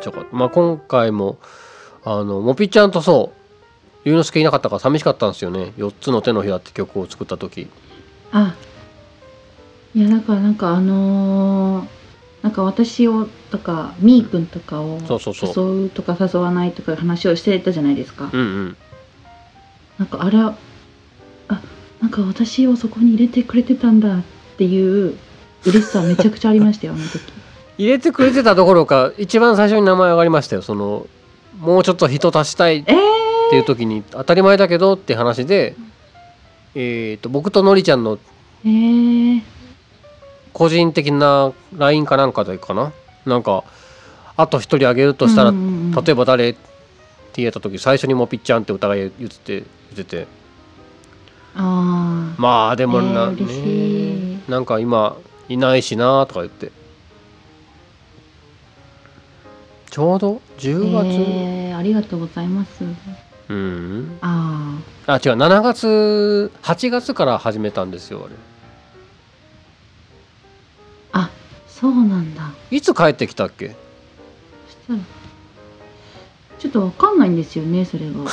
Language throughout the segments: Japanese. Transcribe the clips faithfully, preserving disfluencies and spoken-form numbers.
ちよかった。まあ今回もあのもぴちゃんとそうゆうのすけいなかったから寂しかったんですよね。よっつの手のひらって曲を作った時。 あ、いやだからなんかあのーなんか私をとかみーくんとかをそうそうそう誘うとか誘わないとか話をしてたじゃないですか。 うんうんなんかあれはあなんか私をそこに入れてくれてたんだっていう嬉しさめちゃくちゃありましたよあの時。 入れてくれてたどころか一番最初に名前上がりましたよ。そのもうちょっと人足したいっえていう時に当たり前だけどって話で、えー、と僕とのりちゃんのー、えー、 個人的な ライン かなんかでかな、なんかあと一人あげるとしたら、 うんうんうん例えば誰って言えた時最初にもぴっちゃんってお互い言ってて言っててあーまあでもな、 えー、嬉しい。 ね、なんか今いないしなとか言ってちょうどじゅうがつ、 えー、ありがとうございます。 うんああ違うしちがつはちがつから始めたんですよあれ。 ああそうなんだ。 いつ帰ってきたっけ。 そしたらちょっとわかんないんですよねそれが。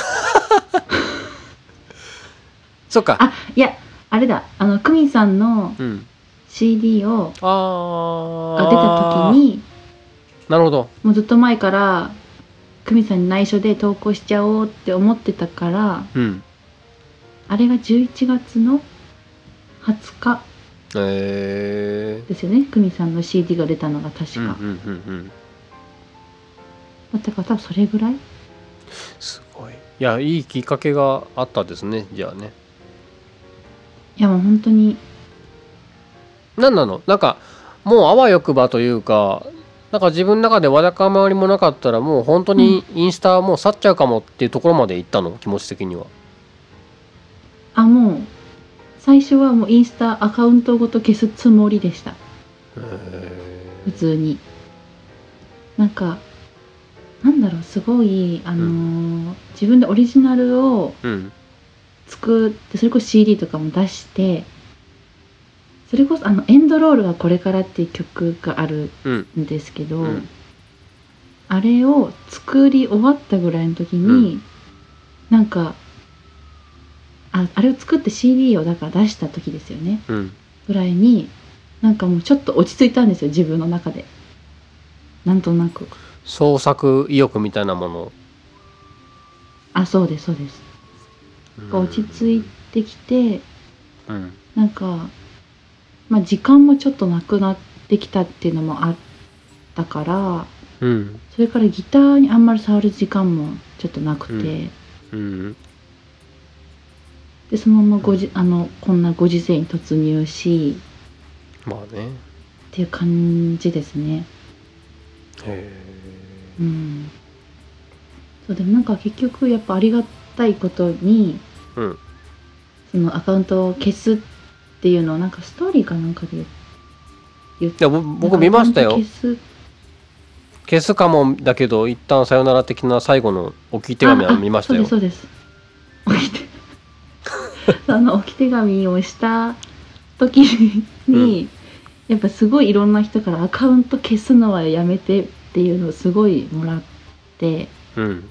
そっかあいやあれだあの久美さんのうんシーディー をあが出た時になるほどもうずっと前から久美さんに内緒で投稿しちゃおうって思ってたから、 うんあれがじゅういちがつのはつかえーですよね久美さんの シーディー が出たのが確か、 うんうんうんうんだったから多分それぐらい。 すごい。いやいいきっかけがあったですねじゃあね。 いやもう本当になんなのなんかもうあわよくばというかなんか自分の中でわだかまりもなかったらもう本当にインスタもう去っちゃうかもっていうところまで行ったの気持ち的には。 あもう最初はもうインスタアカウントごと消すつもりでした。 へ普通になんかなんだろうすごいあのーう自分でオリジナルをうん作ってそれこそ シーディー とかも出してそれこそあのエンドロールはこれからっていう曲があるうんんですけど、 うんあれを作り終わったぐらいの時に、 うんなんかああれを作って シーディー をだから出した時ですよねうんぐらいになんかもうちょっと落ち着いたんですよ自分の中でなんとなく。 創作意欲みたいなもの。 あそうですそうです、 うん落ち着いてきてうんなんかまあ時間もちょっとなくなってきたっていうのもあったからうんそれからギターにあんまり触る時間もちょっとなくて、 うんうんでそのままごじあのこんなご時世に突入しまあね。 っていう感じですね。 へうんそうでもなんか結局やっぱありがたいことにえうんそのアカウントを消すっていうのをなんかストーリーかなんかで言っいやぼ僕見ましたよ。 消す消すかもだけど一旦さよなら的な最後の置き手紙は見ましたよ。 ああそうですそうです置き手その置き手紙をした時に、うん、やっぱすごいいろんな人からアカウント消すのはやめてっていうのをすごいもらってうん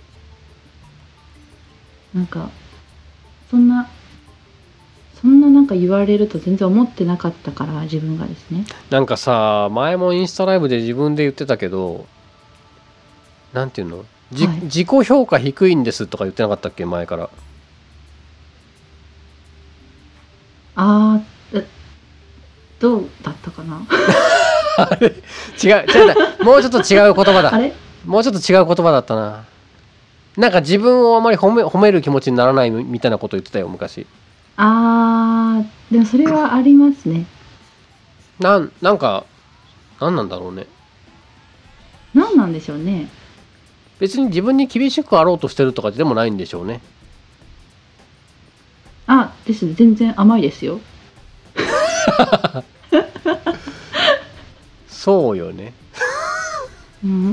なんかそんなそんななんか言われると全然思ってなかったから自分がですね。 なんかさ前もインスタライブで自分で言ってたけどなんていうの、じはい自己評価低いんですとか言ってなかったっけ前から。 あーえどうだったかなあれ違う違うなもうちょっと違う言葉だあれもうちょっと違う言葉だったな。なんか自分をあまり褒め褒める気持ちにならないみたいなこと言ってたよ昔。 あーでもそれはありますね。 なんなんかなんなんだろうね。 何なんでしょうね。 別に自分に厳しくあろうとしてるとかでもないんでしょうね。 あですね全然甘いですよそうよね。 うん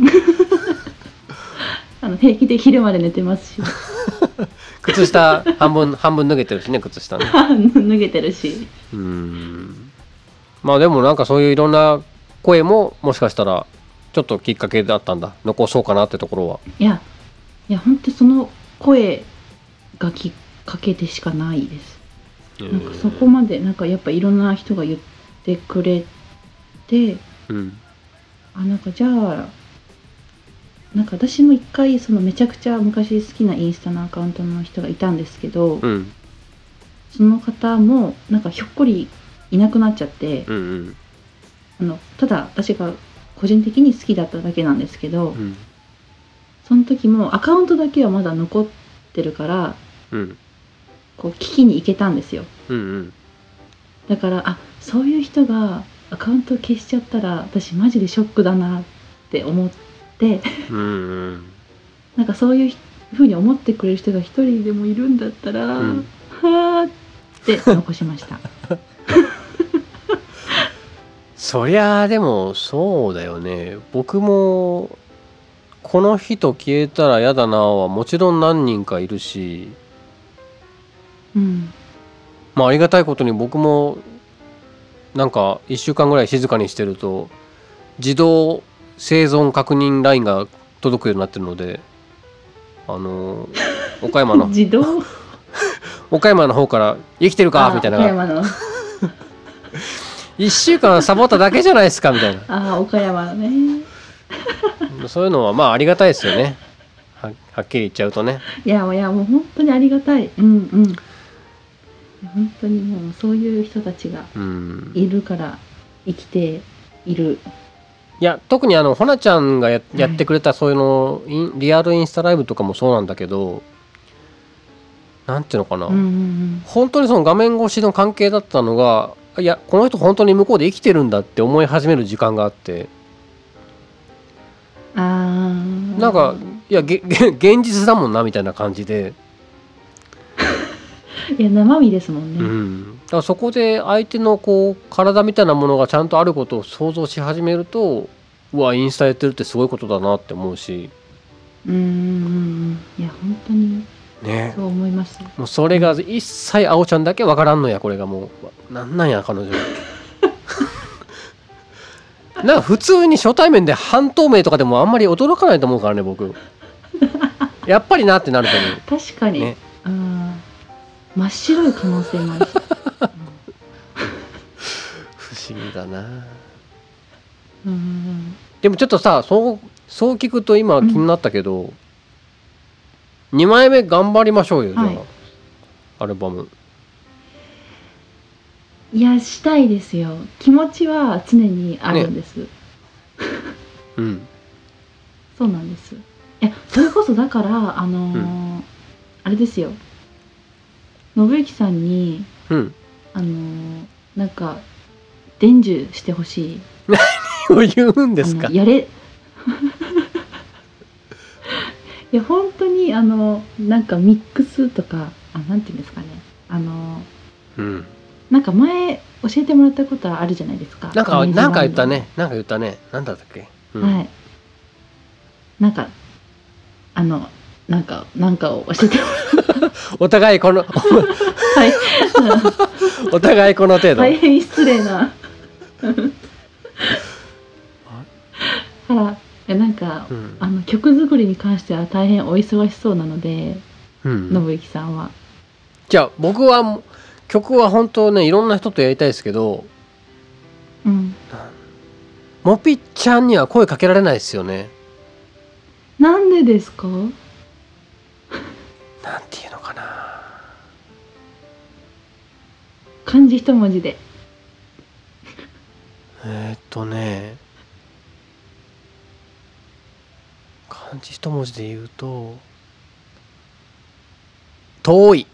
あの平気で昼まで寝てますし靴下半分半分脱げてるしね靴下ね。 脱げてるしうーんまあでもなんかそういういろんな声ももしかしたらちょっときっかけだったんだ、残そうかなってところは。 いやいや本当その声がきっかけでしかないです。なんかそこまでなんかやっぱいろんな人が言ってくれて、 うん、 あなんかじゃあなんか私も一回そのめちゃくちゃ昔好きなインスタのアカウントの人がいたんですけど、 うん、 その方もなんかひょっこりいなくなっちゃって、 うん、うん、 あのただ私が個人的に好きだっただけなんですけど、 うん、 その時もアカウントだけはまだ残ってるからうん、 こう聞きに行けたんですよ。 うん、うん、 だからあそういう人がアカウント消しちゃったら私マジでショックだなって思ってうん、 なんかそういうふうに思ってくれる人が一人でもいるんだったら、うん、はーって残しましたそりゃあでもそうだよね。僕もこの人消えたら嫌だなはもちろん何人かいるし、 うん、 まあありがたいことに僕もなんかいっしゅうかんぐらい静かにしてると自動生存確認ラインが届くようになってるので、あの岡山の自動岡山の方から生きてるかみたいな、 岡山のいっしゅうかんサボっただけじゃないですかみたいなああ岡山のねそういうのはまあありがたいですよね。 は, はっきり言っちゃうとね。 いやいやもう本当にありがたい。うんうん本当にもうそういう人たちがいるから生きている。 いや特にあのほなちゃんが や, やってくれたそういうの、はい、リアルインスタライブとかもそうなんだけど、なんていうのかな、うんうんうん、本当にその画面越しの関係だったのが、いやこの人本当に向こうで生きてるんだって思い始める時間があって、 あなんかいやげげ現実だもんなみたいな感じでいや生身ですもんね、 うん、だからそこで相手のこう体みたいなものがちゃんとあることを想像し始めると、うわインスタやってるってすごいことだなって思うし、 うんうんうんいや本当にね、 そう思います。 もうそれが一切あおちゃんだけわからんのや。これがもうなんなんや彼女なんか普通に初対面で半透明とかでもあんまり驚かないと思うからね僕やっぱりなってなると思う。 確かに、ね、あ真っ白い可能性もあるし、うん、 不思議だな。 うんでもちょっとさそうそう聞くと今気になったけど、うんにまいめ頑張りましょうよ、じゃあ、はい、アルバム。 いやしたいですよ。気持ちは常にあるんです、ね、 うんそうなんです。いやそれこそだからあのーうん、あれですよ信之さんに、 うん、 あのー、なんか伝授してほしい。 何を言うんですか。 やれいや本当にあのなんかミックスとかあなんていうんですかねあの、 うん、 なんか前教えてもらったことあるじゃないですか。 なんかなんか言ったねなんか言ったねなんだったっけ、 うん、はいなんかあのなんかなんかを教えてもらったお互いこのはい、お互いこの程度大変失礼なからなんか、うん、あの曲作りに関しては大変お忙しそうなので、うん、信之さんは。 じゃあ僕は曲は本当ねいろんな人とやりたいですけど、 うん、 もぴっちゃんには声かけられないですよね。 なんでですか。なんていうのかな、 漢字一文字でえー、っとね漢字一文字で言うと遠い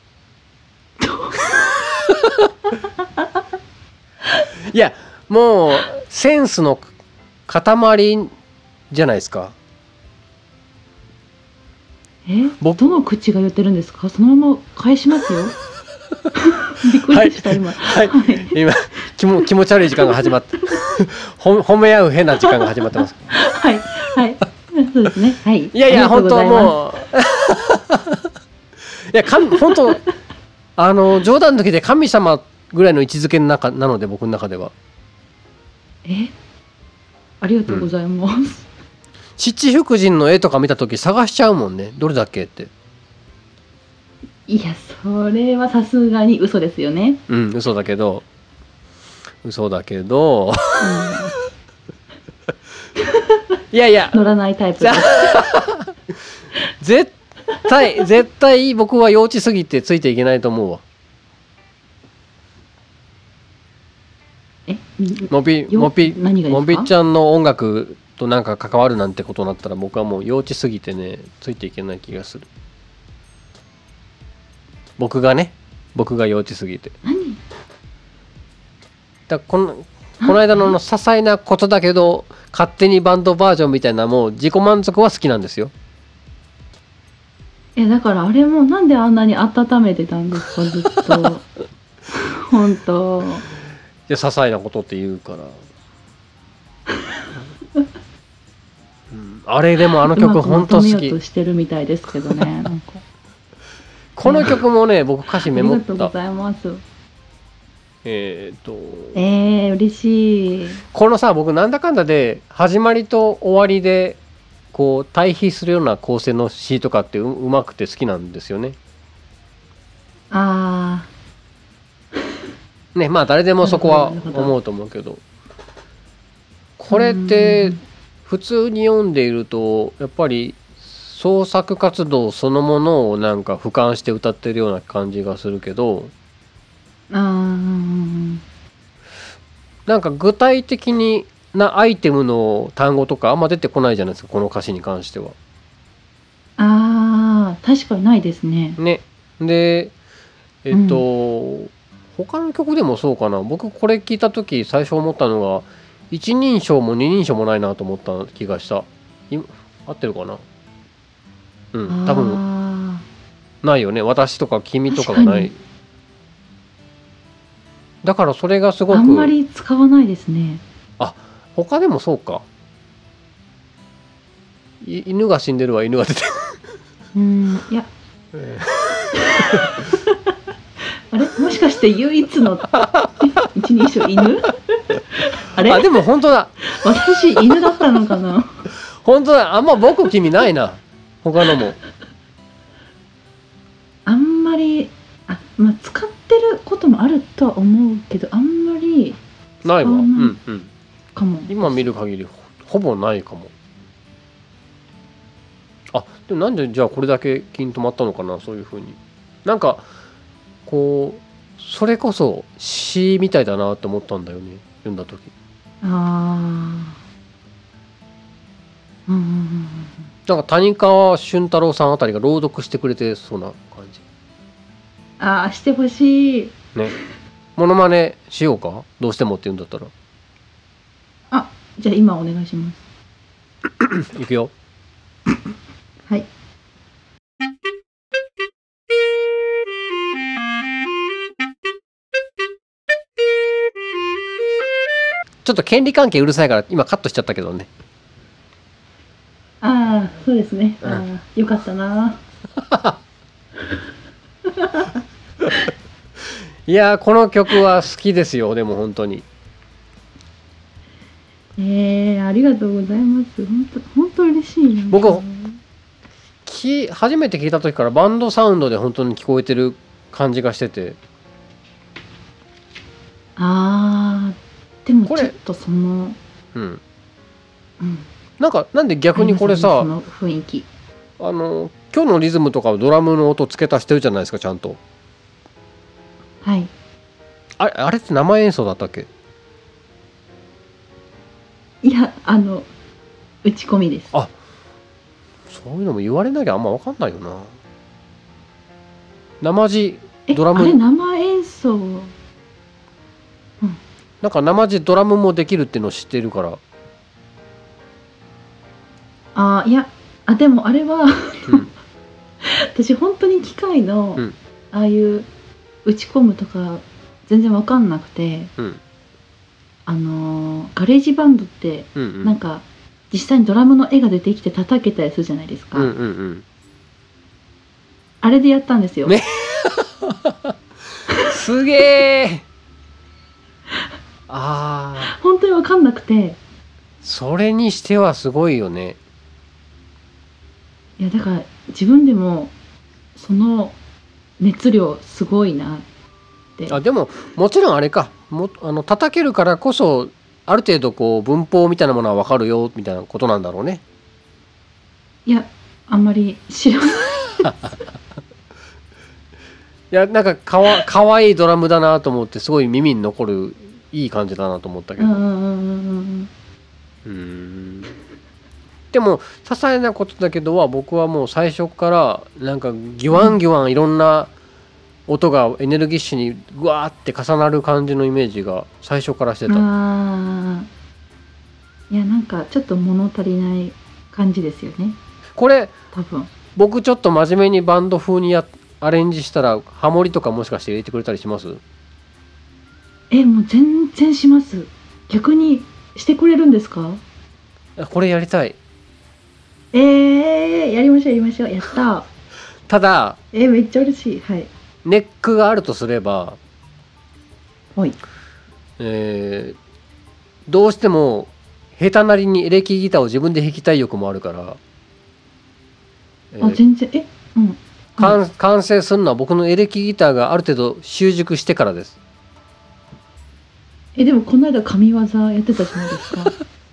いやもうセンスの塊じゃないですか。 え僕どの口が言ってるんですか。そのまま返しますよびっくりした、はい、今、 はい、はい、今気も気持ち悪い時間が始まって褒め合う変な時間が始まってますはいはいそうですねはい。 いやいや本当もういやか本当あの冗談抜きで神様ぐらいの位置づけの中なので僕の中では。 えあありがとうございます、 七福神の絵とか見た時探しちゃうもんね、どれだっけって。 いやそれはさすがに嘘ですよね。 うん嘘だけど嘘だけど、うん、いやいや乗らないタイプです絶対絶対僕は幼稚すぎてついていけないと思うわ。 えもぴもぴ何がですか？ もぴちゃんの音楽となんか関わるなんてことになったら僕はもう幼稚すぎてねついていけない気がする。僕がね僕が幼稚すぎて。 何だこのこの間の些細なことだけど勝手にバンドバージョンみたいなもう自己満足は好きなんですよ。 いやだからあれもなんであんなに温めてたんですかずっと本当。 いや些細なことって言うから、うん、あれでもあの曲本当好き。うまくまとめようとしてるみたいですけどねなんかこの曲もね僕歌詞メモった。 ありがとうございます。 えっ、ー、とえー、嬉しい。 このさ僕なんだかんだで始まりと終わりでこう対比するような構成の詩とかって う, うまくて好きなんですよね。 ああねまあ誰でもそこは思うと思うけどこれって普通に読んでいるとやっぱり創作活動そのものをなんか俯瞰して歌ってるような感じがするけど、 あなんか具体的になアイテムの単語とかあんま出てこないじゃないですかこの歌詞に関しては。 あー確かにないですね。 ねでえっと、うん、他の曲でもそうかな。僕これ聞いた時最初思ったのが一人称も二人称もないなと思った気がした。合ってるかな。うん多分ないよね。私とか君とかがない。だからそれがすごくあんまり使わないですね。 あ他でもそうか。犬が死んでるわ犬が出てるうんいや、えー、あれもしかして唯一の一人称犬あれあでも本当だ私犬だったのかな本当だあんま僕君ないな他のもあんまりあ、まあ、使ってることもあるとは思うけどあんまりないわうんうんかも。 今見る限りほぼないかも。あでもなんでじゃあこれだけ気に留まったのかな。そういう風になんかこうそれこそ詩みたいだなって思ったんだよね読んだ時。 ああうんうんうんなんか谷川俊太郎さんあたりが朗読してくれてそうな感じ。 ああしてほしいね。モノマネしようかどうしてもって言うんだったら。 あじゃあ今お願いしますいくよはいちょっと権利関係うるさいから今カットしちゃったけどね。 ああそうですね、うん、あよかったないやこの曲は好きですよ。でも本当にえー、ありがとうございます。本当本当嬉しいな。 僕き初めて聞いた時からバンドサウンドで本当に聞こえてる感じがしてて。 あーでもちょっとそのうん、 うん、 なんかなんで逆にこれさ、 その雰囲気あの今日のリズムとかドラムの音付け足してるじゃないですかちゃんと。 はいあれあれって生演奏だったっけ。 いやあの打ち込みです。 あそういうのも言われなきゃあんま分かんないよな。生地ドラムあれ生演奏、うん、 なんか生地ドラムもできるっていうのを知ってるから。 あいやあでもあれは、うん、私本当に機械の、うん、ああいう打ち込むとか全然分かんなくて、うん、あのー、ガレージバンドって、うんうん、なんか実際にドラムの絵が出てきて叩けたりするじゃないですか、うんうんうん、あれでやったんですよ、ね、 すげーあ本当に分かんなくてそれにしてはすごいよね。 いやだから自分でもその熱量すごいなって。 あでももちろんあれかもあの叩けるからこそある程度こう文法みたいなものは分かるよみたいなことなんだろうね。 いやあんまり知らない。 いやなんかかわかわいいドラムだなと思ってすごい耳に残るいい感じだなと思ったけど。 うんうんうんうんうーんでも些細なことだけどは僕はもう最初からなんかギュワンギュワンいろんな音がエネルギッシュにグワーって重なる感じのイメージが最初からしてうん。 た。 ああ、いやなんかちょっと物足りない感じですよね。 これ多分。 僕ちょっと真面目にバンド風にやアレンジしたらハモリとかもしかして入れてくれたりします？ えもう全然します。逆にしてくれるんですか？ これやりたい。 えー、やりましょうやりましょう。やったー。 ただえー、めっちゃ嬉しい。はい。 ネックがあるとすれば、 はい。 えーどうしても下手なりにエレキギターを自分で弾きたい欲もあるから、えーあ全然えうん。はい。 完完成するのは僕のエレキギターがある程度習熟してからです。 えでもこの間神業やってたじゃないですか。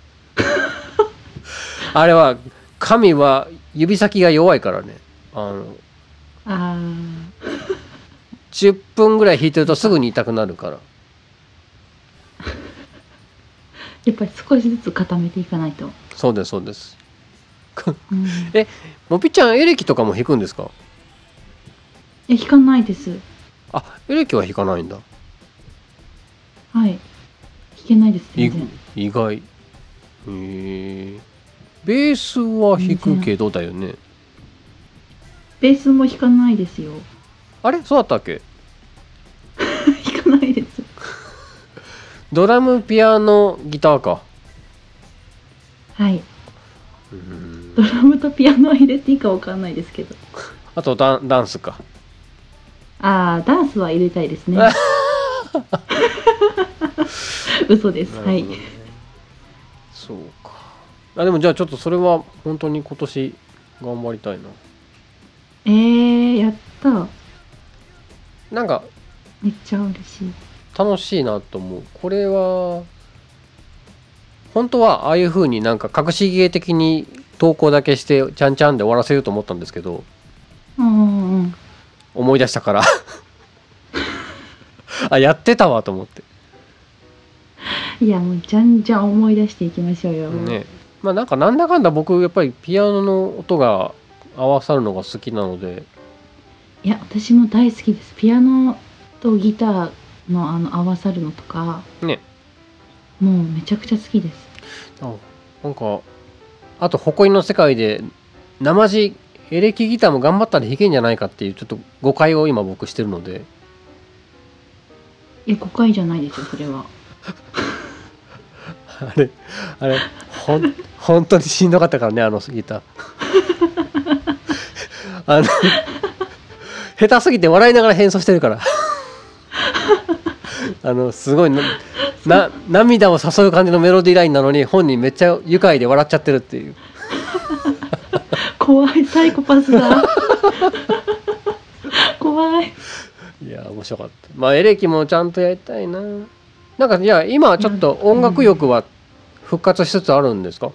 あれは神は指先が弱いからね。あのあじゅっぷんぐらい弾いてるとすぐに痛くなるから。 ーやっぱり少しずつ固めていかないと。 そうですそうです。 うん、 えもぴちゃんエレキとかも弾くんですか？ え弾かないです。 あエレキは弾かないんだ。 はい。弾けないですい全然。 意外。へえベースは弾くけどだよね。 ベースも弾かないですよ。 あれそうだったっけ？ 弾かないです。 ドラムピアノギターか。 はい。 うーんドラムとピアノは入れていいかわかんないですけど。 あとダンダンスか。 ああダンスは入れたいですね。嘘です。はい。 そうか。あでもじゃあちょっとそれは本当に今年頑張りたいな。 えー、やった。 なんかめっちゃ嬉しい。 楽しいなと思う。これは本当はああいう風になんか隠し芸的に投稿だけしてちゃんちゃんで終わらせようと思ったんですけど、 うんうんうん。 思い出したからあやってたわと思っていやもうじゃんじゃん思い出していきましょうよ。 ね。まあなんかなんだかんだ僕やっぱりピアノの音が合わさるのが好きなので。 いや私も大好きです。ピアノとギターのあの合わさるのとかね。 もうめちゃくちゃ好きです。 あなんかあと誇りの世界で生地エレキギターも頑張ったら弾けんじゃないかっていうちょっと誤解を今僕してるので。 いや誤解じゃないですよそれは。 あれあれほん本当にしんどかったからねあのギターあの下手すぎて笑いながら変奏してるからあのすごいなな涙を誘う感じのメロディーラインなのに本人めっちゃ愉快で笑っちゃってるっていう。 怖いサイコパスだ。怖い。 いや面白かった。まあエレキもちゃんとやりたいな。なんかいや今ちょっと音楽欲は復活しつつあるんですか？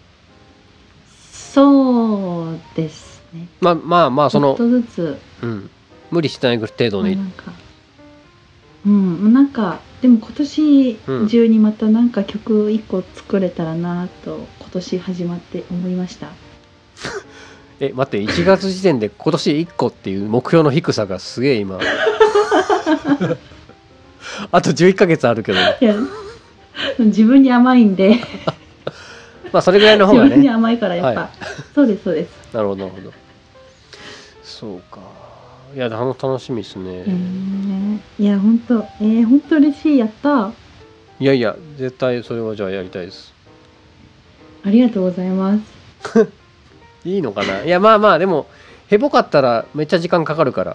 そうですね。 まあまあまあそのちょっとずつ、 うん、無理しない程度に。 まあなんかうんなんかでも今年中にまたなんか曲いっこ作れたらなと今年始まって思いました。 え待っていちがつ時点で今年いっこっていう目標の低さがすげえ今あとじゅういっかげつあるけど、 いや自分に甘いんでまあそれぐらいの方が自分にね。 甘いからやっぱ、 はい、 そうですそうです。 なるほどなるほど。そうか。いやあの楽しみですね。 えー、いや本当えー、本当嬉しい。やったいやいや絶対それはじゃあやりたいです。 ありがとうございます。 いいのかな。いやまあまあでもヘボかったらめっちゃ時間かかるから。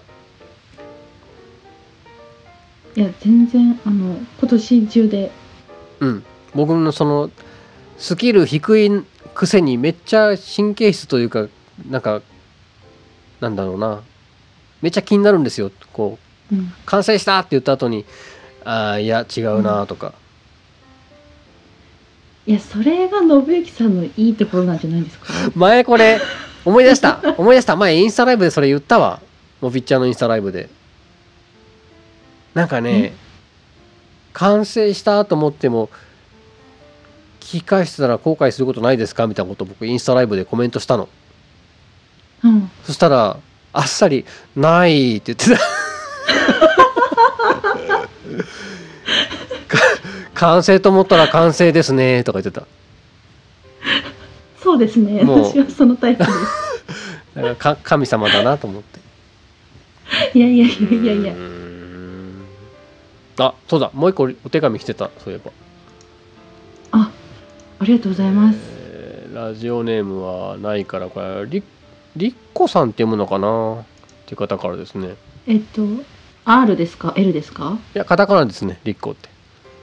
いや全然あの今年中でうん僕のそのスキル低いくせにめっちゃ神経質というかなんかなんだろうなめっちゃ気になるんですよ。こう、 うん、 完成したって言った後にああいや違うなとか、 うん、いやそれが信之さんのいいところなんじゃないですか。 前これ思い出した思い出した前インスタライブでそれ言ったわ。もうピッチャーのインスタライブでなんかね完成したと思っても聞き返してたら後悔することないですかみたいなことを僕インスタライブでコメントしたの、 うん、 そしたらあっさりないって言ってた完成と思ったら完成ですねとか言ってた。 そうですね、私はそのタイプですだからか神様だなと思って。 いやいやいやいやいや。 あ、そうだ、もう一個お手紙来てた、そういえば。 あ、ありがとうございます。 えー、ラジオネームはないから、これりりっこさんって読むのかなっていう方からですね。 えっと アール ですか エル ですか。 いやカタカナですね、りっこって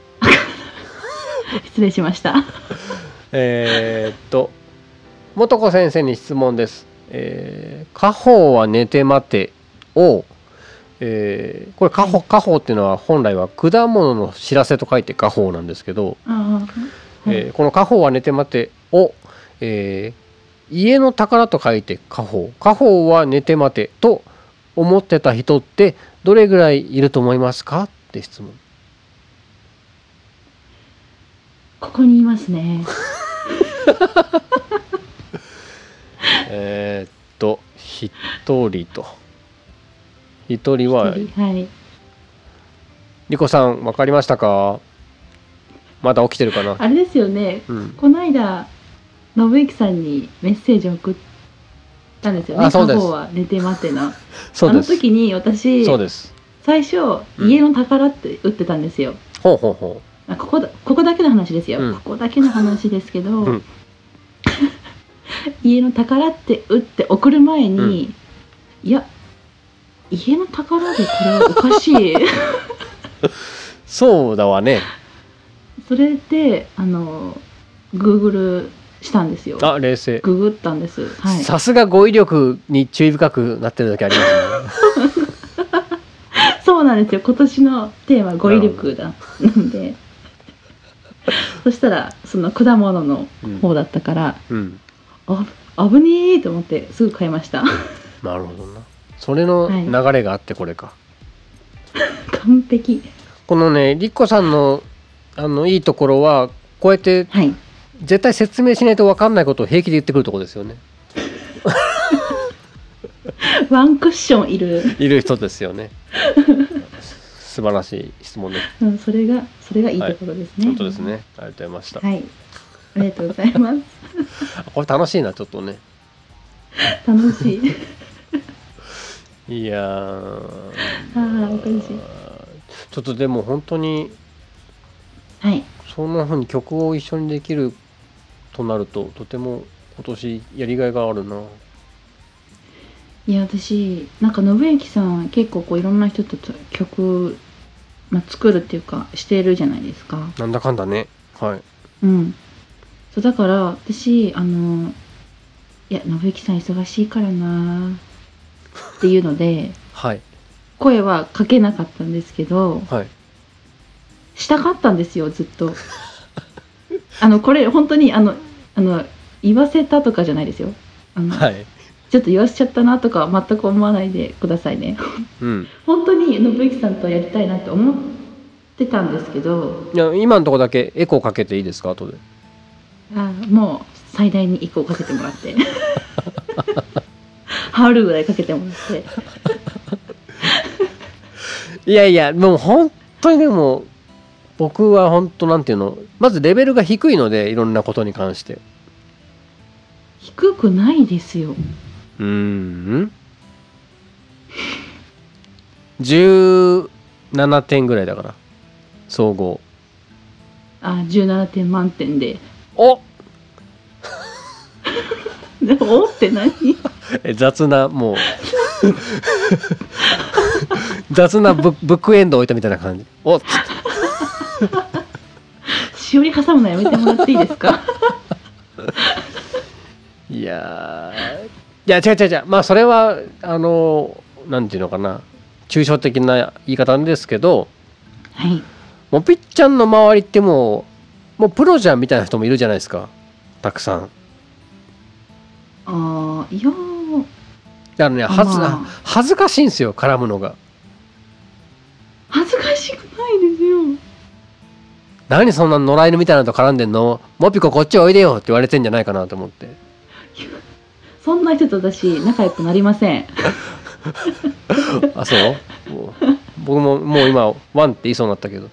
失礼しましたえっと元子先生に質問です。えー、家宝は寝て待てを、えー、これ家宝、家宝っていうのは本来は果物の知らせと書いて家宝なんですけど、 あ、はいえー、この家宝は寝て待てを、えー、家の宝と書いて家宝、家宝は寝て待てと思ってた人ってどれぐらいいると思いますかって質問。 ここにいますねえーっと一人と一人は一人、はい、 リコさん分かりましたか。まだ起きてるかな。 あれですよね、うん、この間信之さんにメッセージを送ったんですよね。 あ、そうです。 家宝は寝て待てなそうです。 あの時に私そうです、 最初、うん、家の宝って打ってたんですよ。 ほうほうほう。 あ、ここだ、ここだけの話ですよ、うん、ここだけの話ですけど、うん、家の宝って打って送る前に、うん、いや家の宝でこれはおかしいそうだわね。 それであのグーグルしたんですよ。 あ、冷静。 ググったんです。はい。 さすが語彙力に注意深くなってる時ありますねそうなんですよ。今年のテーマ語彙力だなんでそしたらその果物の方だったから、うん、あ、危ねーと思ってすぐ買いましたなるほどな。それの流れがあってこれか、 はい、完璧。 このねりっこさんのあのいいところはこうやって、はい、絶対説明しないと分かんないことを平気で言ってくるところですよねワンクッションいるいる人ですよね素晴らしい質問です、 うん、それがそれがいいところですね。 はい、本当ですね。ありがとうございました。 はい、ありがとうございますこれ楽しいな、ちょっとね楽しいいやー、 あーおかしい。 ちょっとでも本当に、 はい、 そんな風に曲を一緒にできるとなるととても今年やりがいがあるな。 いや私なんか信之さん結構こういろんな人と曲、まあ、作るっていうかしてるじゃないですか。 なんだかんだね。はい。 うん。そうだから私あのいや信之さん忙しいからなっていうので、 はい、 声はかけなかったんですけど、 はい、 したかったんですよずっとあのこれ本当にあのあの言わせたとかじゃないですよ。あの、はい、ちょっと言わせちゃったなとか全く思わないでくださいね、うん、本当に信之さんとやりたいなって思ってたんですけど、 いや今のところだけエコーかけていいですか後で。 あ、もう最大にエコーかけてもらってハウルぐらいかけてもらっていやいやもう本当にでも僕は本当なんていうの、まずレベルが低いのでいろんなことに関して。 低くないですよ。 うーんじゅうななてんぐらいだから総合。 あ、じゅうななてん満点で。 おでもおって何え雑なもう雑なブ, ブックエンド置いたみたいな感じ。おっししおり挟むのやめてもらっていいですか？ いやー、いや違う違う違う、まあそれはあのなんていうのかな、抽象的な言い方ですけど、 はい。 もうぴっちゃんの周りってもうもうプロじゃんみたいな人もいるじゃないですか、たくさん。 ああ、いやー、 だからね、 あはず、 まあ恥ずかしいんですよ、絡むのが。 恥ずかしくないですよ。 何そんな野良犬みたいなのと絡んでんの、もぴここっちおいでよって言われてんじゃないかなと思って。 そんな人と私仲良くなりません。 あ、そうもう僕ももう今ワンって言いそうになったけど。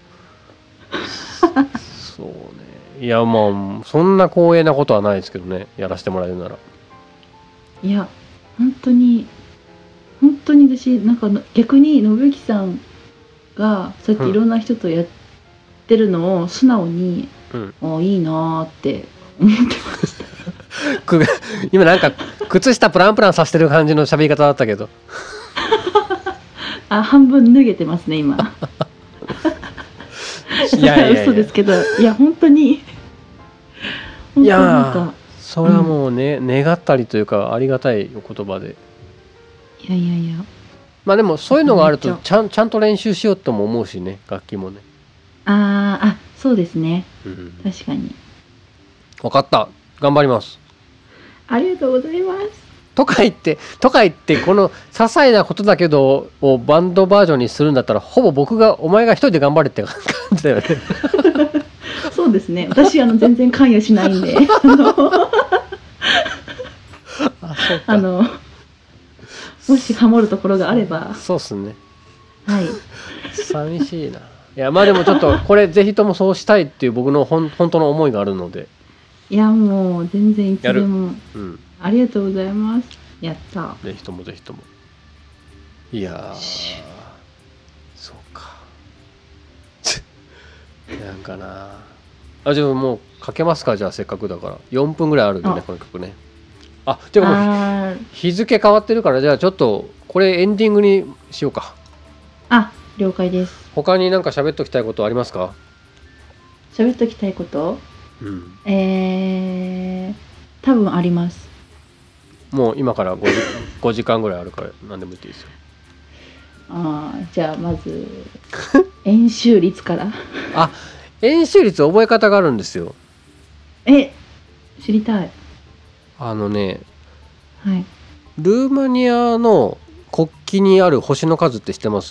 そうね、いやまあそんな光栄なことはないですけどね、やらせてもらえるなら。 いや本当に本当に私なんか逆に信之さんがそうやっていろんな人とやってるのを素直に、 うん、 あいいなーって思ってました。 く今なんか靴下プランプランさせてる感じの喋り方だったけど。 あ、半分脱げてますね今。 いやいやいや嘘ですけど、いや本当に本当になんか、 それはもうね、うん、願ったりというかありがたいお言葉で。 いやいやいや、 まあでもそういうのがあるとちゃんちゃんと練習しようとも思うしね、楽器もね。 あーあ、そうですね、 うん、 確かに。 分かった、頑張ります。 ありがとうございます。 とか言ってとか言ってこの些細なことだけどをバンドバージョンにするんだったら、ほぼ僕がお前が一人で頑張れって感じだよね。 そうですね、私あの全然関与しないんで。あのあのもしハモるところがあれば。 そうっすね。 はい。 寂しいな。いやまあでもちょっとこれぜひともそうしたいっていう僕のほん本当の思いがあるので。 いやもう全然いつでも、 うん、 ありがとうございます。やった。 ぜひともぜひとも。いやそうか。なんかなあ、じゃあもうかけますか。じゃあせっかくだからよんぷんぐらいあるんでね、この曲ね。あ、てかもう日付変わってるから、じゃあちょっとこれエンディングにしようか。 あ、了解です。 他になんか喋っときたいことありますか？ 喋っときたいこと、うん、えー、多分あります。 もう今から 5, 時ごじかんぐらいあるから何でも言っていいですよ。 ああ、じゃあまず円周率から。 あ、円周率覚え方があるんですよ。 え、知りたい。 あのね、 はい、 ルーマニアの国旗にある星の数って知ってます？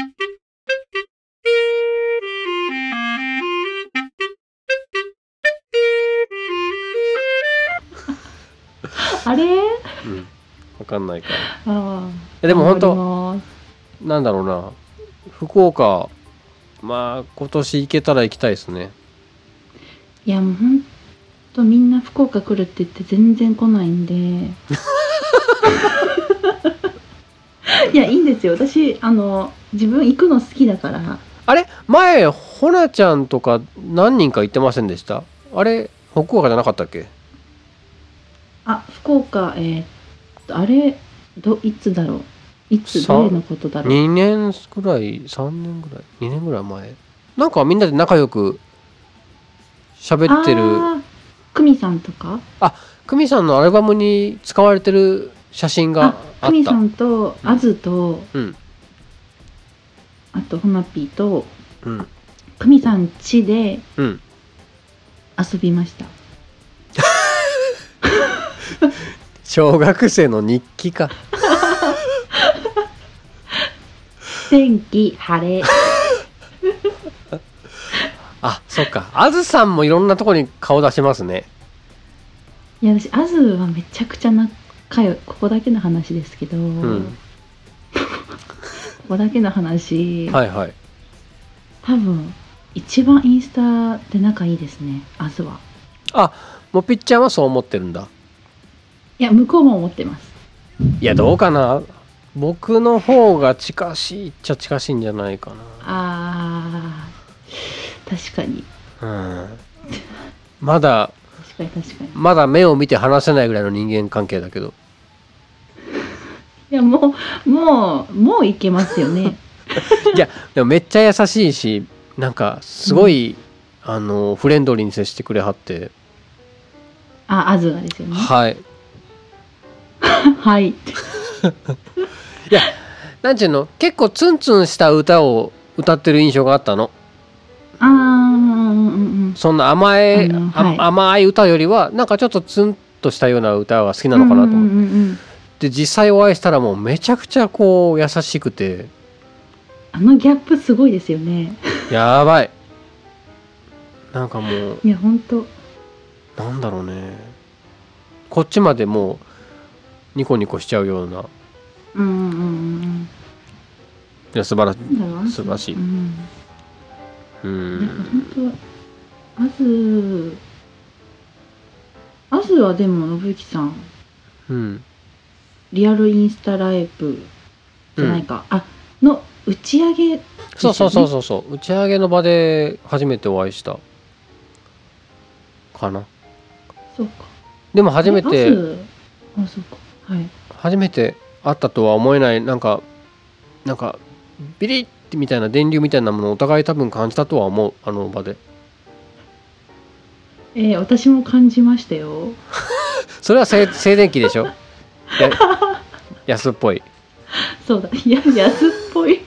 あれ？うん、 分かんないか。 ああ、でも本当なんだろうな、福岡、まあ今年行けたら行きたいですね。 いやもうほんとみんな福岡来るって言って全然来ないんで。いやいいんですよ、私あの自分行くの好きだから。あれ前ほなちゃんとか何人か行ってませんでした？あれ福岡じゃなかったっけ？ あ、福岡、えー、っとあれどいつだろう、いつ誰のことだろう。 にねんぐらいさんねんぐらいにねんぐらい前、なんかみんなで仲良く喋ってる。あ、 久美さんとか。 あ、久美さんのアルバムに使われてる写真があった。 久美さんとあずと、 うん、 あとほなぴーと、 うん、 久美さん家で遊びました。 小学生の日記か。 天気晴れ。 あ、そっか。あずさんもいろんなとこに顔出しますね。 いや私あずはめちゃくちゃ仲良い。ここだけの話ですけど、うん、ここだけの話、 はいはい、 多分一番インスタで仲いいですね、あずは。 あ、もうぴっちゃんはそう思ってるんだ。 いや向こうも思ってます。 いやどうかな、僕の方が近しいっちゃ近しいんじゃないかな。 あー、確かに、 うん、まだ確かに確かにまだ目を見て話せないぐらいの人間関係だけど。 いやもうもうもういけますよね。 いやでもめっちゃ優しいし、なんかすごい、 あのフレンドリーに接してくれはって、 あ、アズがですよね。 はいはいいやなんちゅうの、結構ツンツンした歌を歌ってる印象があったの。 あー、うんうんそんな甘え、 あのあはい甘い歌よりはなんかちょっとツンとしたような歌が好きなのかなと思って、 うんうんうんうん、 で実際お会いしたらもうめちゃくちゃこう優しくて、 あのギャップすごいですよね。 やばい、なんかもういや本当。 なんだろうね、こっちまでもうニコニコしちゃうような、 うんうんうんうん。 いや素晴らしなんだろうい素晴らしい。 うんうなんかん本当アズアズはでも信之さんうんリアルインスタライブじゃないか、あの打ち上げですよね。 そうそうそうそうそう、打ち上げの場で初めてお会いしたかな。 そうか。 でも初めてあれアズあ、そうか。はい。 初めて会ったとは思えない、なんかなんかビリッてみたいな電流みたいなものをお互い多分感じたとは思う、あの場で。 えー、私も感じましたよ。 それは静静電気でしょ。や安っぽい。 そうだ。いや安っぽい。 い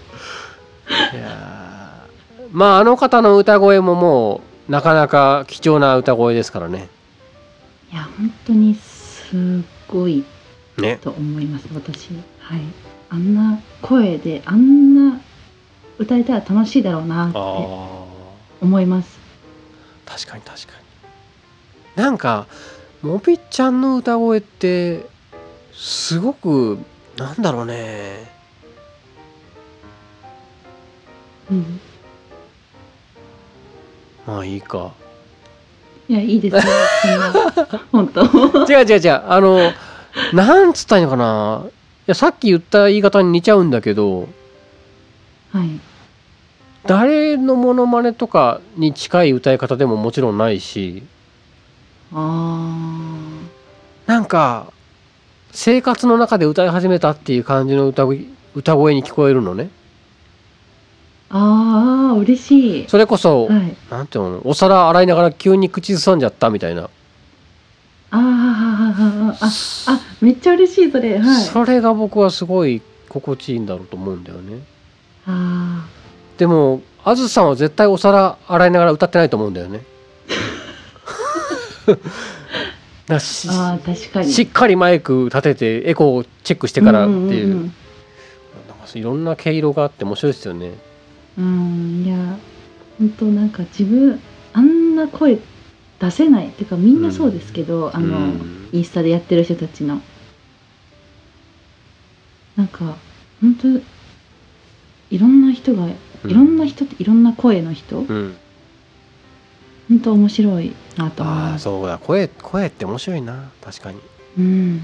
やまああの方の歌声ももうなかなか貴重な歌声ですからね。 いや本当にすごいね。 と思います私。はい。あんな声であんな歌えたら楽しいだろうなってああ思います。 確かに確かに。なんかもぴっちゃんの歌声ってすごくなんだろうね。 うん。 まあいいか。 いやいいですね。そんな本当。 違う違う違う、あのなんつったらいいのかな。いやさっき言った言い方に似ちゃうんだけど、 はい。 誰のモノマネとかに近い歌い方でももちろんないし、 あなんか生活の中で歌い始めたっていう感じの歌声、歌声に聞こえるのね。 あああ嬉しい。 それこそ、 はい。 なんていうの、お皿洗いながら急に口ずさんじゃったみたいな、 あああああめっちゃ嬉しいそれ。はい。 それが僕はすごい心地いいんだろうと思うんだよね。 あでもあずさんは絶対お皿洗いながら歌ってないと思うんだよね。だしあ確かに。 しっかりマイク立ててエコーをチェックしてからっていう、 うんうんうん、 なんかいろんな毛色があって面白いですよね。 うんいや本当なんか自分あんな声出せないっていうかみんなそうですけど、うん、あの、うん、インスタでやってる人たちのなんか本当いろんな人がいろんな人っていろんな声の人、うん、本当面白いなと思います。 あそうだ、声声って面白いな、確かに。 うん、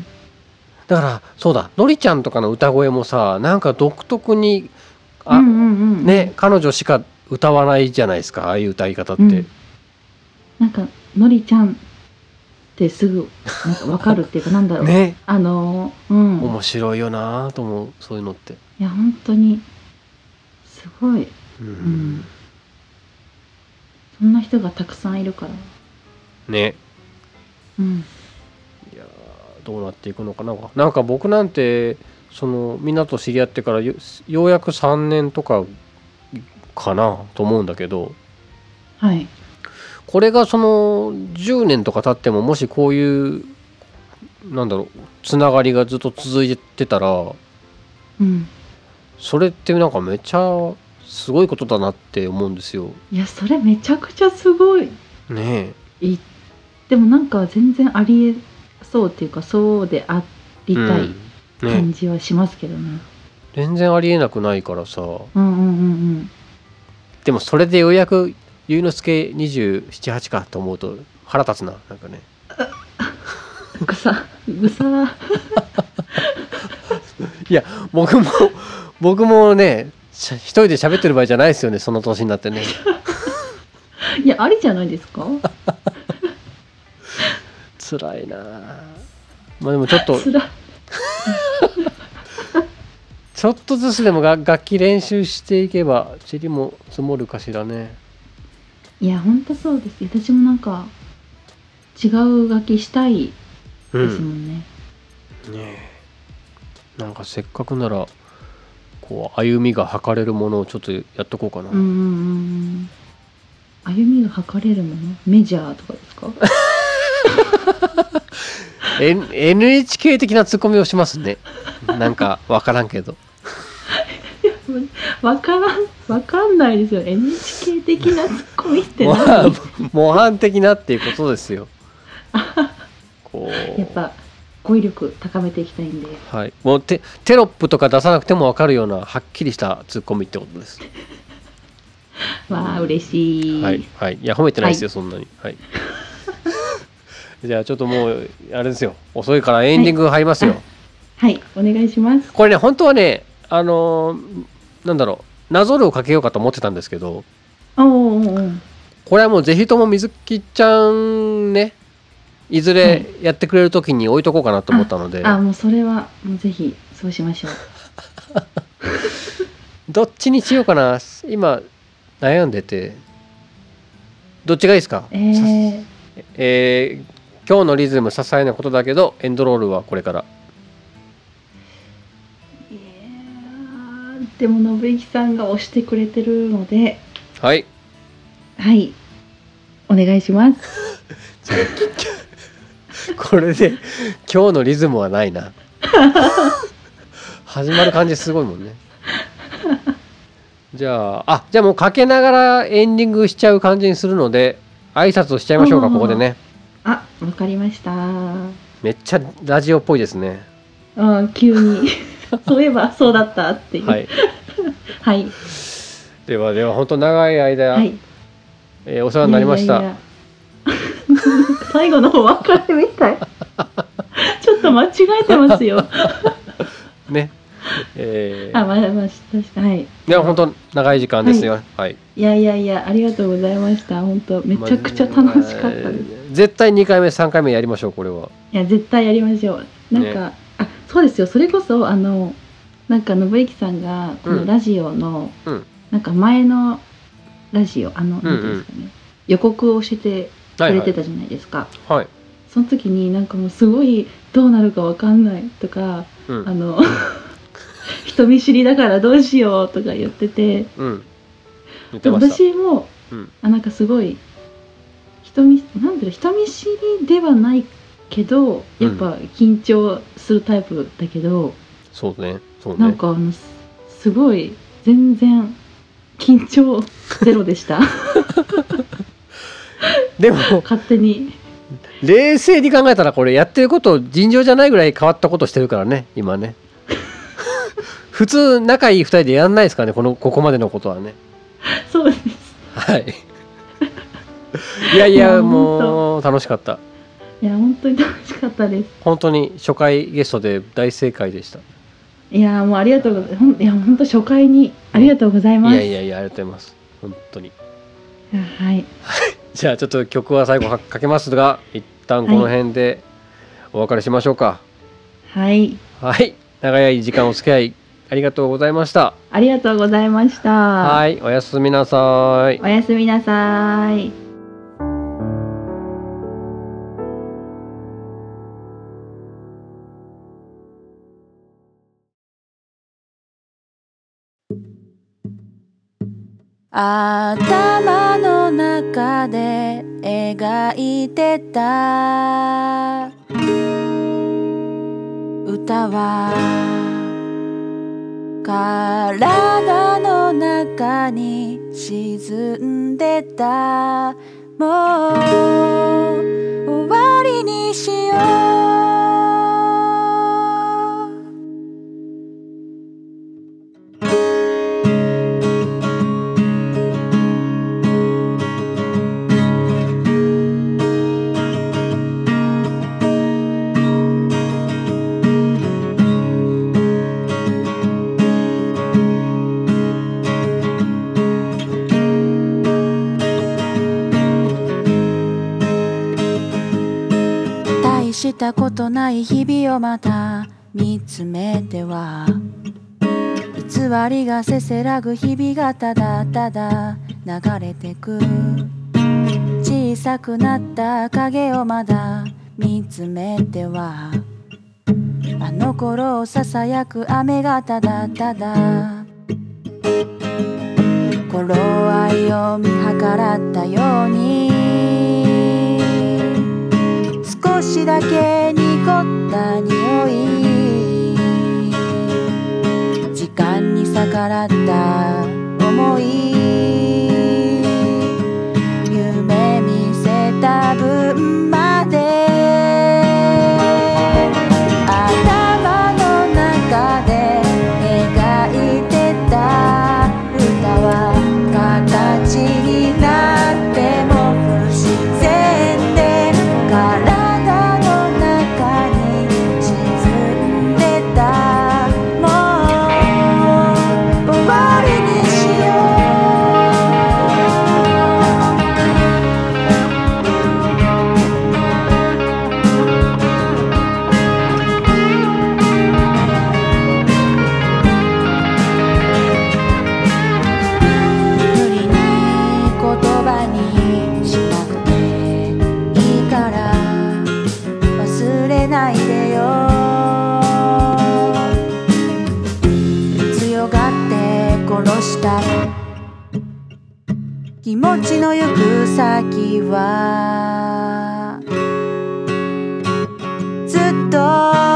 だからそうだ、のりちゃんとかの歌声もさ、なんか独特にあ、うんうんうん、ね、彼女しか歌わないじゃないですか、ああいう歌い方って、うん、 なんかのりちゃんってすぐなんか分かるっていうかなんだろうね、 あの、うん、 面白いよなと思う、そういうのって。 いや本当にすごい、うん、うん、そんな人がたくさんいるからね、 うん、 いやどうなっていくのかな。なんか僕なんてそのみんなと知り合ってから よ, ようやくさんねんとかかなと思うんだけど、 はい、 これがそのじゅうねんとか経ってももしこういうなんだろうつながりがずっと続いてたら、 うん、 それってなんかめっちゃすごいことだなって思うんですよ。 いやそれめちゃくちゃすごいねえ。でもなんか全然ありえそうっていうかそうでありたい感じはしますけどね、うんね、 全然ありえなくないからさ、うんうんうんうん、 でもそれでようやくゆいのすけにじゅうなな、はちかと思うと腹立つな、なんかね。 ぐさぐさいや僕も僕もね一人で喋ってる場合じゃないですよね、その年になってね。 いやありじゃないですか。 辛いな。まあでもちょっとちょっとずつでもが楽器練習していけば塵も積もるかしらね。 いやほんとそうです。私もなんか違う楽器したいですもんね。 うん、ねえ、なんかせっかくならこう歩みが測れるものをちょっとやっとこうかな。 うんうんうん。歩みが測れるもの、メジャーとかですか？ N- エヌエイチケー 的なツッコミをしますね。なんか分からんけど。 わからん、わかんないですよ。エヌエイチケー 的なツッコミって模何？ 範模範的なっていうことですよ。こうやっぱ語彙力高めていきたいんで。 はい、もうテテロップとか出さなくても分かるようなはっきりしたツッコミってことです。 わあ嬉しい。 はいはい、いや褒めてないですよ、 はい、 そんなに。はい。じゃあちょっともうあれですよ、遅いからエンディング入りますよ。 はい、はい、お願いします。 これね本当はねあのー、なんだろう、なぞるをかけようかと思ってたんですけど、 おーおーおー、 これはもうぜひとも水木ちゃんね、いずれやってくれる時に置いとこうかなと思ったので、 ああもうそれはもうぜひそうしましょう。 どっちにしようかな、今悩んでて、どっちがいいですか？ えー、 えー今日のリズム些細なことだけどエンドロールはこれから。 いやでも信之さんが押してくれてるので、 はいはいお願いします。 これで今日のリズムはないな。始まる感じすごいもんね。じゃああじゃあもうかけながらエンディングしちゃう感じにするので挨拶をしちゃいましょうか、ここでね。 あ、わかりました。 めっちゃラジオっぽいですね。 あ、急にそういえばそうだったっていう。 はい、 はい、 ではでは本当長い間、 はい、 えーお世話になりました。 いやいやいや最後の方分かるみたい。ちょっと間違えてますよ。 ね。えー、 あ、まあまあ確かに、はい。 いや本当長い時間ですよ。はい。はい、 いやいやいやありがとうございました。本当めちゃくちゃ楽しかったです。 絶対にかいめさんかいめやりましょう、これは。 いや絶対やりましょう。なんか、ね、あそうですよ。それこそあのなんか信之さんがこのラジオの、うん、なんか前のラジオあの、うんうん、なんていうんですかね、予告をしてくれてたじゃないですか。 はい、はい、その時になんかもうすごいどうなるかわかんないとか、うん、あの人見知りだからどうしようとか言ってて、うん、言ってました。私も、うん、あなんかすごい人見なんだろう人見知りではないけどやっぱ緊張するタイプだけど、うん、 そうねそうね、 なんかあのすごい全然緊張ゼロでした。 でも勝手に冷静に考えたらこれやってること尋常じゃないぐらい変わったことしてるからね今ね。普通仲いいふたりでやんないですかね、このここまでのことはね。 そうです。 はい。いやいやもう楽しかった。 いや本当に楽しかったです。 本当に初回ゲストで大正解でした。 いやもうありがとうございます。いや本当初回にありがとうございます。 いやいやいやありがとうございます本当に。 はい。 じゃあちょっと曲は最後かけますが一旦この辺でお別れしましょうか。 はいはい長い時間お付き合いありがとうございました。 ありがとうございました。 はいおやすみなさい。 おやすみなさい。頭の中で描いてた歌は体の中に沈んでた。もう終わりにしよう。したことない日々をまた見つめては偽りがせせらぐ日々がただただ流れてく。 小さくなった影をまだ見つめては、あの頃をささやく雨がただただ頃合いを見計らったように、少しだけ濁った匂い、時間に逆らった思い、夢見せた分まで頭の中で描いてた歌は形になっても不自然で、体の中に沈んでた。もう終わりにしよう。無理に言葉にしなくていいから忘れないでよ。強がって殺した気持ちの行く先はずっと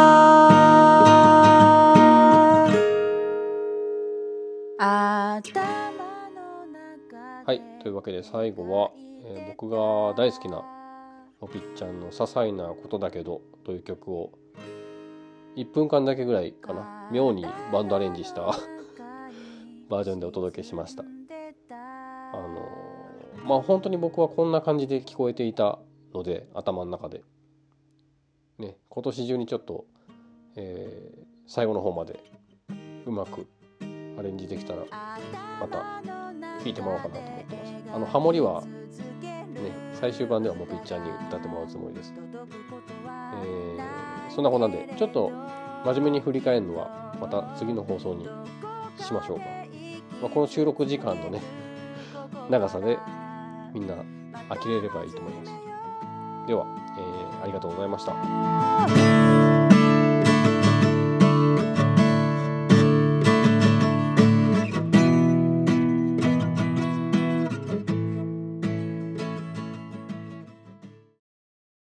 頭の中で。 はい、というわけで最後は、えー僕が大好きなおぴっちゃんの些細なことだけどという曲をいっぷんかんだけぐらいかな、妙にバンドアレンジしたバージョンでお届けしました。あのーまあ本当に僕はこんな感じで聞こえていたので、頭の中でね、今年中にちょっと、えー最後の方までうまくアレンジできたらまた弾いてもらおうかなと思ってます。あのハモリはね、最終版ではもうぴっちゃんに歌ってもらうつもりです。えー、そんなこんなんでちょっと真面目に振り返るのはまた次の放送にしましょうか。まあ、この収録時間のね長さでみんな呆れればいいと思います。では、えー、ありがとうございました。